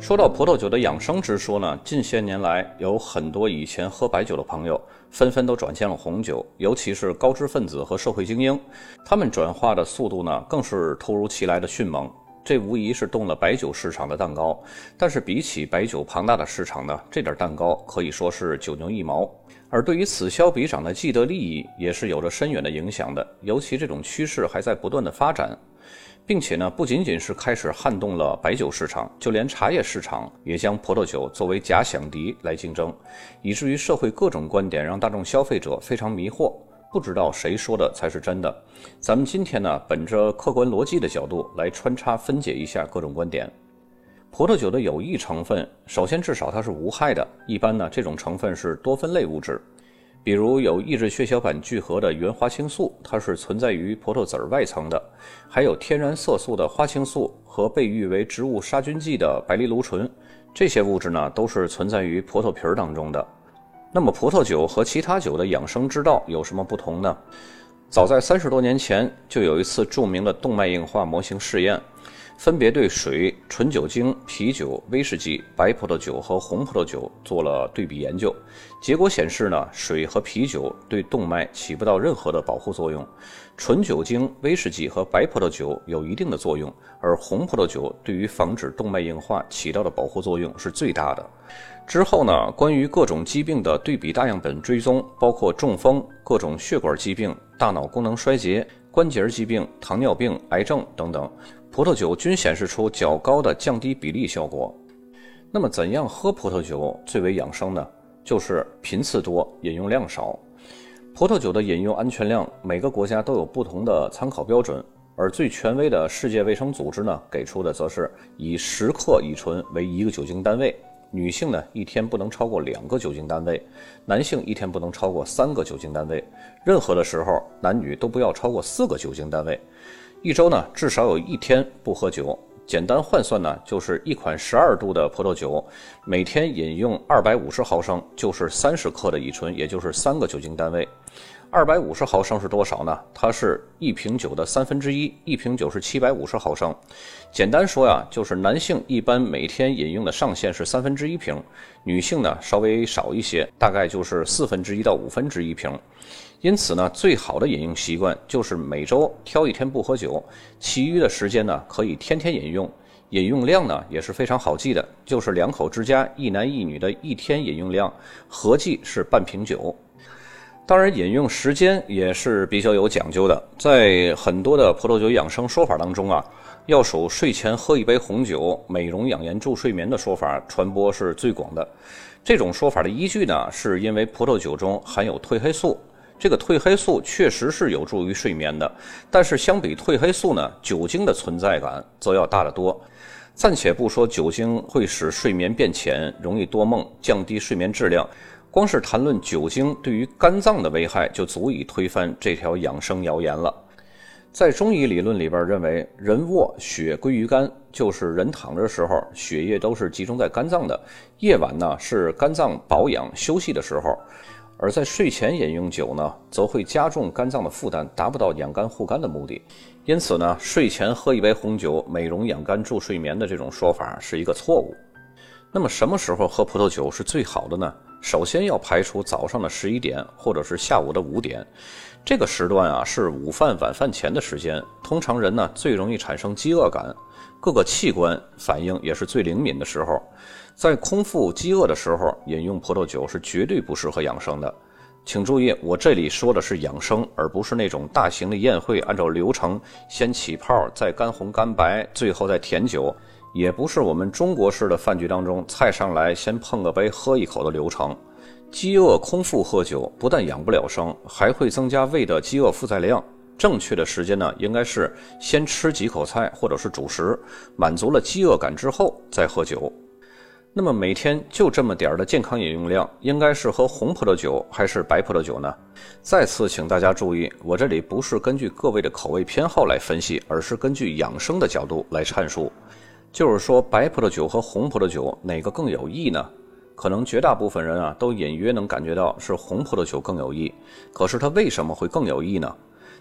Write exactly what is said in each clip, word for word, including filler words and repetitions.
说到葡萄酒的养生之说呢，近些年来有很多以前喝白酒的朋友纷纷都转向了红酒，尤其是高知分子和社会精英，他们转化的速度呢更是突如其来的迅猛，这无疑是动了白酒市场的蛋糕。但是比起白酒庞大的市场呢，这点蛋糕可以说是九牛一毛，而对于此消彼长的既得利益也是有着深远的影响的，尤其这种趋势还在不断的发展。并且呢，不仅仅是开始撼动了白酒市场，就连茶叶市场也将葡萄酒作为假想敌来竞争，以至于社会各种观点让大众消费者非常迷惑，不知道谁说的才是真的。咱们今天呢，本着客观逻辑的角度来穿插分解一下各种观点。葡萄酒的有益成分，首先至少它是无害的，一般呢这种成分是多酚类物质。比如有抑制血小板聚合的原花青素，它是存在于葡萄籽儿外层的，还有天然色素的花青素和被誉为植物杀菌剂的白藜芦醇，这些物质呢都是存在于葡萄皮儿当中的。那么葡萄酒和其他酒的养生之道有什么不同呢？早在三十多年前就有一次著名的动脉硬化模型试验，分别对水、纯酒精、啤酒、威士忌、白葡萄酒和红葡萄酒做了对比研究。结果显示呢，水和啤酒对动脉起不到任何的保护作用，纯酒精、威士忌和白葡萄酒有一定的作用，而红葡萄酒对于防止动脉硬化起到的保护作用是最大的。之后呢，关于各种疾病的对比大样本追踪，包括中风、各种血管疾病、大脑功能衰竭、关节疾病、糖尿病、癌症等等，葡萄酒均显示出较高的降低比例效果。那么怎样喝葡萄酒最为养生呢？就是频次多，饮用量少。葡萄酒的饮用安全量每个国家都有不同的参考标准，而最权威的世界卫生组织呢给出的则是以十克乙醇为一个酒精单位，女性呢一天不能超过两个酒精单位，男性一天不能超过三个酒精单位，任何的时候男女都不要超过四个酒精单位。一周呢至少有一天不喝酒，简单换算呢就是一款十二度的葡萄酒每天饮用二百五十毫升，就是三十克的乙醇，也就是三个酒精单位。二百五十毫升是多少呢？它是一瓶酒的三分之一，一瓶酒是七百五十毫升。简单说呀，就是男性一般每天饮用的上限是三分之一瓶，女性呢稍微少一些，大概就是四分之一到五分之一瓶。因此呢，最好的饮用习惯就是每周挑一天不喝酒，其余的时间呢可以天天饮用。饮用量呢也是非常好记的，就是两口之家一男一女的一天饮用量合计是半瓶酒。当然饮用时间也是比较有讲究的，在很多的葡萄酒养生说法当中啊，要数睡前喝一杯红酒美容养颜助睡眠的说法传播是最广的。这种说法的依据呢，是因为葡萄酒中含有褪黑素，这个褪黑素确实是有助于睡眠的，但是相比褪黑素呢，酒精的存在感则要大得多。暂且不说酒精会使睡眠变浅，容易多梦，降低睡眠质量，光是谈论酒精对于肝脏的危害就足以推翻这条养生谣言了。在中医理论里边认为，人卧血归于肝，就是人躺着时候血液都是集中在肝脏的，夜晚呢是肝脏保养休息的时候，而在睡前饮用酒呢，则会加重肝脏的负担，达不到养肝护肝的目的。因此呢，睡前喝一杯红酒美容养肝助睡眠的这种说法是一个错误。那么什么时候喝葡萄酒是最好的呢？首先要排除早上的十一点或者是下午的五点，这个时段啊是午饭晚饭前的时间，通常人呢最容易产生饥饿感，各个器官反应也是最灵敏的时候。在空腹饥饿的时候饮用葡萄酒是绝对不适合养生的。请注意，我这里说的是养生，而不是那种大型的宴会按照流程先起泡，再干红干白，最后再甜酒，也不是我们中国式的饭局当中菜上来先碰个杯喝一口的流程。饥饿空腹喝酒不但养不了生，还会增加胃的饥饿负载量。正确的时间呢，应该是先吃几口菜或者是主食，满足了饥饿感之后再喝酒。那么每天就这么点的健康饮用量，应该是喝红葡萄酒还是白葡萄酒呢？再次请大家注意，我这里不是根据各位的口味偏好来分析，而是根据养生的角度来阐述。就是说，白葡萄酒和红葡萄酒哪个更有益呢？可能绝大部分人啊都隐约能感觉到是红葡萄酒更有益，可是它为什么会更有益呢？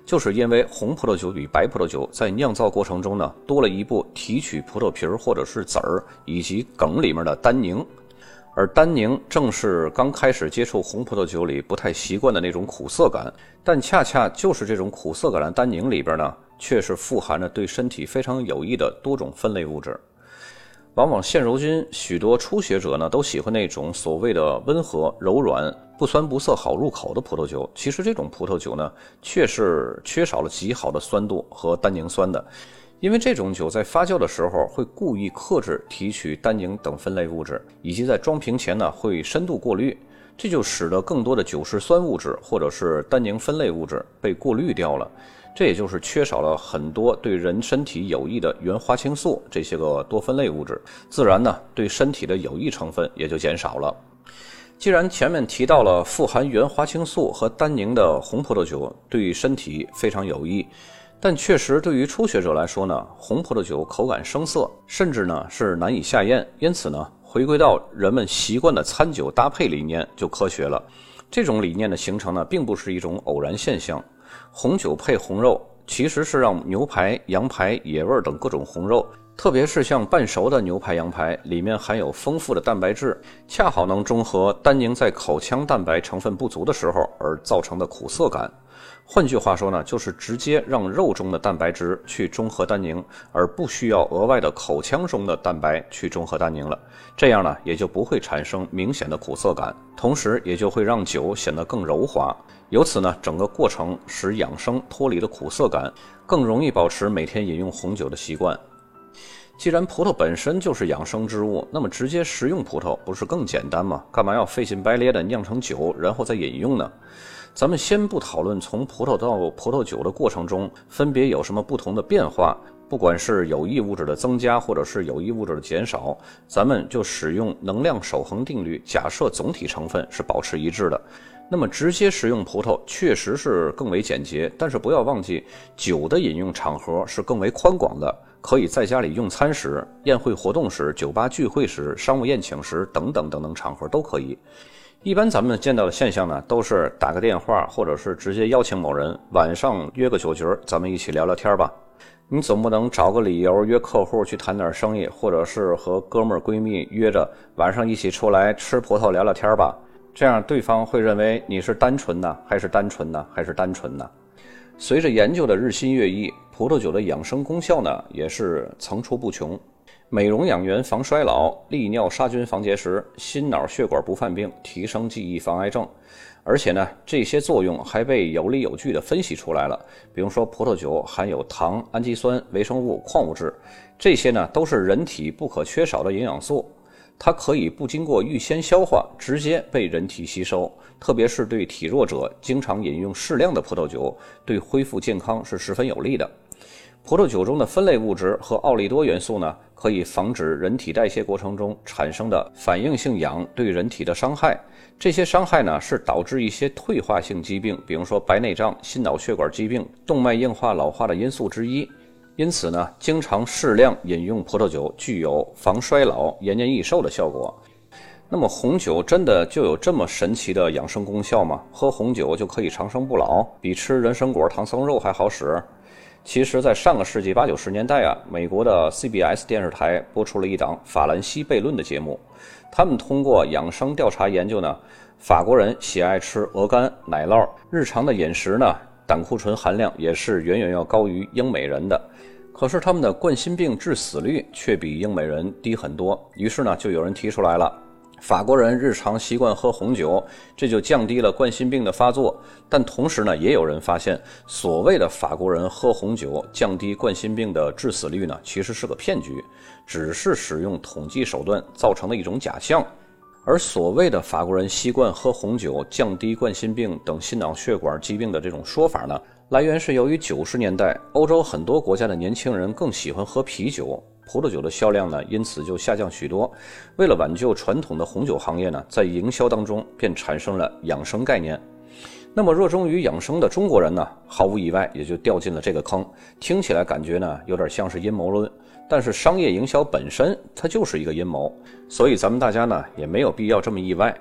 就是因为红葡萄酒比白葡萄酒在酿造过程中呢，多了一步提取葡萄皮儿或者是籽儿以及梗里面的单宁。而单宁正是刚开始接触红葡萄酒里不太习惯的那种苦涩感，但恰恰就是这种苦涩感的单宁里边呢，却是富含着对身体非常有益的多种酚类物质。往往现如今许多初学者呢，都喜欢那种所谓的温和、柔软、不酸不涩、好入口的葡萄酒。其实这种葡萄酒呢，却是缺少了极好的酸度和单宁酸的。因为这种酒在发酵的时候会故意克制提取单宁等酚类物质，以及在装瓶前呢会深度过滤，这就使得更多的酒石酸物质或者是单宁酚类物质被过滤掉了。这也就是缺少了很多对人身体有益的原花青素这些个多酚类物质，自然呢对身体的有益成分也就减少了。既然前面提到了富含原花青素和单宁的红葡萄酒对身体非常有益，但确实对于初学者来说呢，红葡萄酒口感生涩，甚至呢是难以下咽，因此呢回归到人们习惯的餐酒搭配理念就科学了。这种理念的形成呢，并不是一种偶然现象。红酒配红肉其实是让牛排、羊排、野味等各种红肉，特别是像半熟的牛排、羊排，里面含有丰富的蛋白质，恰好能中和单宁在口腔蛋白成分不足的时候而造成的苦涩感。换句话说呢，就是直接让肉中的蛋白质去中和单宁，而不需要额外的口腔中的蛋白去中和单宁了。这样呢，也就不会产生明显的苦涩感，同时也就会让酒显得更柔滑。由此呢，整个过程使养生脱离了苦涩感，更容易保持每天饮用红酒的习惯。既然葡萄本身就是养生之物，那么直接食用葡萄不是更简单吗？干嘛要费劲掰咧的酿成酒然后再饮用呢？咱们先不讨论从葡萄到葡萄酒的过程中分别有什么不同的变化，不管是有益物质的增加或者是有益物质的减少，咱们就使用能量守恒定律，假设总体成分是保持一致的。那么直接食用葡萄确实是更为简洁，但是不要忘记，酒的饮用场合是更为宽广的，可以在家里用餐时、宴会活动时、酒吧聚会时、商务宴请时等等等等场合都可以。一般咱们见到的现象呢，都是打个电话，或者是直接邀请某人晚上约个酒局，咱们一起聊聊天吧。你总不能找个理由约客户去谈点生意，或者是和哥们儿闺蜜约着晚上一起出来吃葡萄聊聊天吧。这样对方会认为你是单纯呢，还是单纯呢，还是单纯呢？随着研究的日新月异，葡萄酒的养生功效呢，也是层出不穷。美容养颜防衰老，利尿杀菌防结石，心脑血管不犯病，提升记忆防癌症。而且呢，这些作用还被有理有据地分析出来了。比如说葡萄酒含有糖、氨基酸、维生物、矿物质，这些呢都是人体不可缺少的营养素，它可以不经过预先消化，直接被人体吸收。特别是对体弱者，经常饮用适量的葡萄酒，对恢复健康是十分有利的。葡萄酒中的酚类物质和奥利多元素呢，可以防止人体代谢过程中产生的反应性氧对人体的伤害。这些伤害呢，是导致一些退化性疾病，比如说白内障、心脑血管疾病、动脉硬化老化的因素之一。因此呢，经常适量饮用葡萄酒具有防衰老、延年益寿的效果。那么红酒真的就有这么神奇的养生功效吗？喝红酒就可以长生不老，比吃人参果、唐僧肉还好使？其实在上个世纪八九十年代啊，美国的 C B S 电视台播出了一档法兰西悖论的节目。他们通过养生调查研究呢，法国人喜爱吃鹅肝、奶酪，日常的饮食呢，胆固醇含量也是远远要高于英美人的。可是他们的冠心病致死率却比英美人低很多。于是呢，就有人提出来了，法国人日常习惯喝红酒，这就降低了冠心病的发作。但同时呢，也有人发现，所谓的法国人喝红酒降低冠心病的致死率呢，其实是个骗局，只是使用统计手段造成的一种假象。而所谓的法国人习惯喝红酒降低冠心病等心脑血管疾病的这种说法呢，来源是由于九十年代欧洲很多国家的年轻人更喜欢喝啤酒，葡萄酒的销量呢因此就下降许多。为了挽救传统的红酒行业呢，在营销当中便产生了养生概念。那么热衷于养生的中国人呢，毫无意外也就掉进了这个坑。听起来感觉呢有点像是阴谋论，但是商业营销本身它就是一个阴谋，所以咱们大家呢也没有必要这么意外。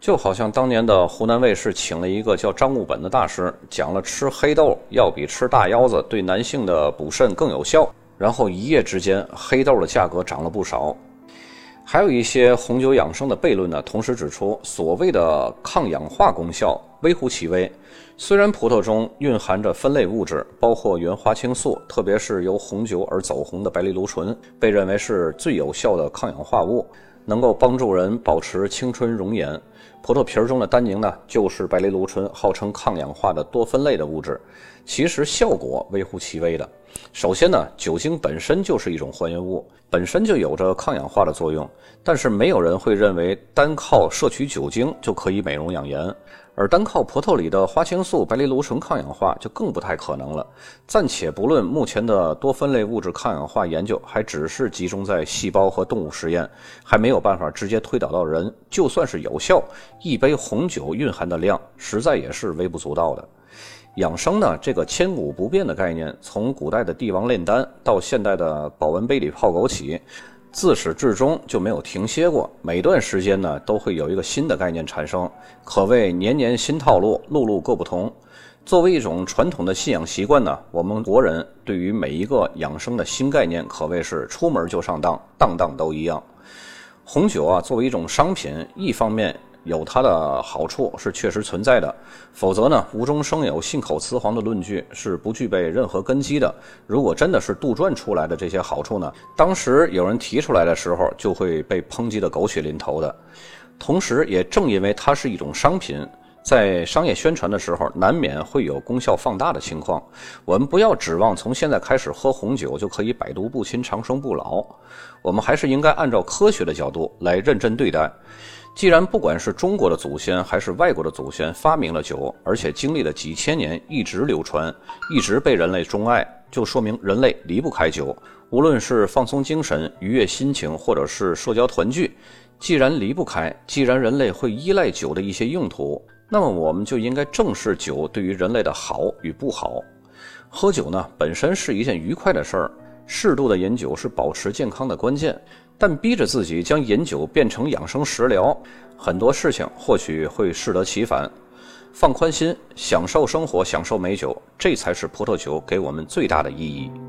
就好像当年的湖南卫视请了一个叫张悟本的大师，讲了吃黑豆要比吃大腰子对男性的补肾更有效，然后一夜之间黑豆的价格涨了不少。还有一些红酒养生的悖论呢，同时指出所谓的抗氧化功效微乎其微。虽然葡萄中蕴含着酚类物质，包括原花青素，特别是由红酒而走红的白藜芦醇，被认为是最有效的抗氧化物，能够帮助人保持青春容颜。葡萄皮中的单宁呢，就是白藜芦醇号称抗氧化的多酚类的物质，其实效果微乎其微的。首先呢，酒精本身就是一种还原物，本身就有着抗氧化的作用，但是没有人会认为单靠摄取酒精就可以美容养颜，而单靠葡萄里的花青素、白藜芦醇抗氧化就更不太可能了。暂且不论目前的多酚类物质抗氧化研究还只是集中在细胞和动物实验，还没有办法直接推导到人，就算是有效，一杯红酒蕴含的量实在也是微不足道的。养生呢，这个千古不变的概念，从古代的帝王炼丹到现代的保温杯里泡枸杞，自始至终就没有停歇过。每段时间呢，都会有一个新的概念产生，可谓年年新套路，路路各不同。作为一种传统的信仰习惯呢，我们国人对于每一个养生的新概念，可谓是出门就上当，当当都一样。红酒啊，作为一种商品，一方面有它的好处是确实存在的，否则呢，无中生有、信口雌黄的论据是不具备任何根基的。如果真的是杜撰出来的这些好处呢，当时有人提出来的时候，就会被抨击的狗血淋头的。同时，也正因为它是一种商品，在商业宣传的时候，难免会有功效放大的情况。我们不要指望从现在开始喝红酒就可以百毒不侵、长生不老，我们还是应该按照科学的角度来认真对待。既然不管是中国的祖先还是外国的祖先发明了酒，而且经历了几千年一直流传，一直被人类钟爱，就说明人类离不开酒。无论是放松精神、愉悦心情，或者是社交团聚，既然离不开，既然人类会依赖酒的一些用途，那么我们就应该正视酒对于人类的好与不好。喝酒呢，本身是一件愉快的事儿，适度的饮酒是保持健康的关键。但逼着自己将饮酒变成养生食疗，很多事情或许会适得其反。放宽心，享受生活，享受美酒，这才是葡萄酒给我们最大的意义。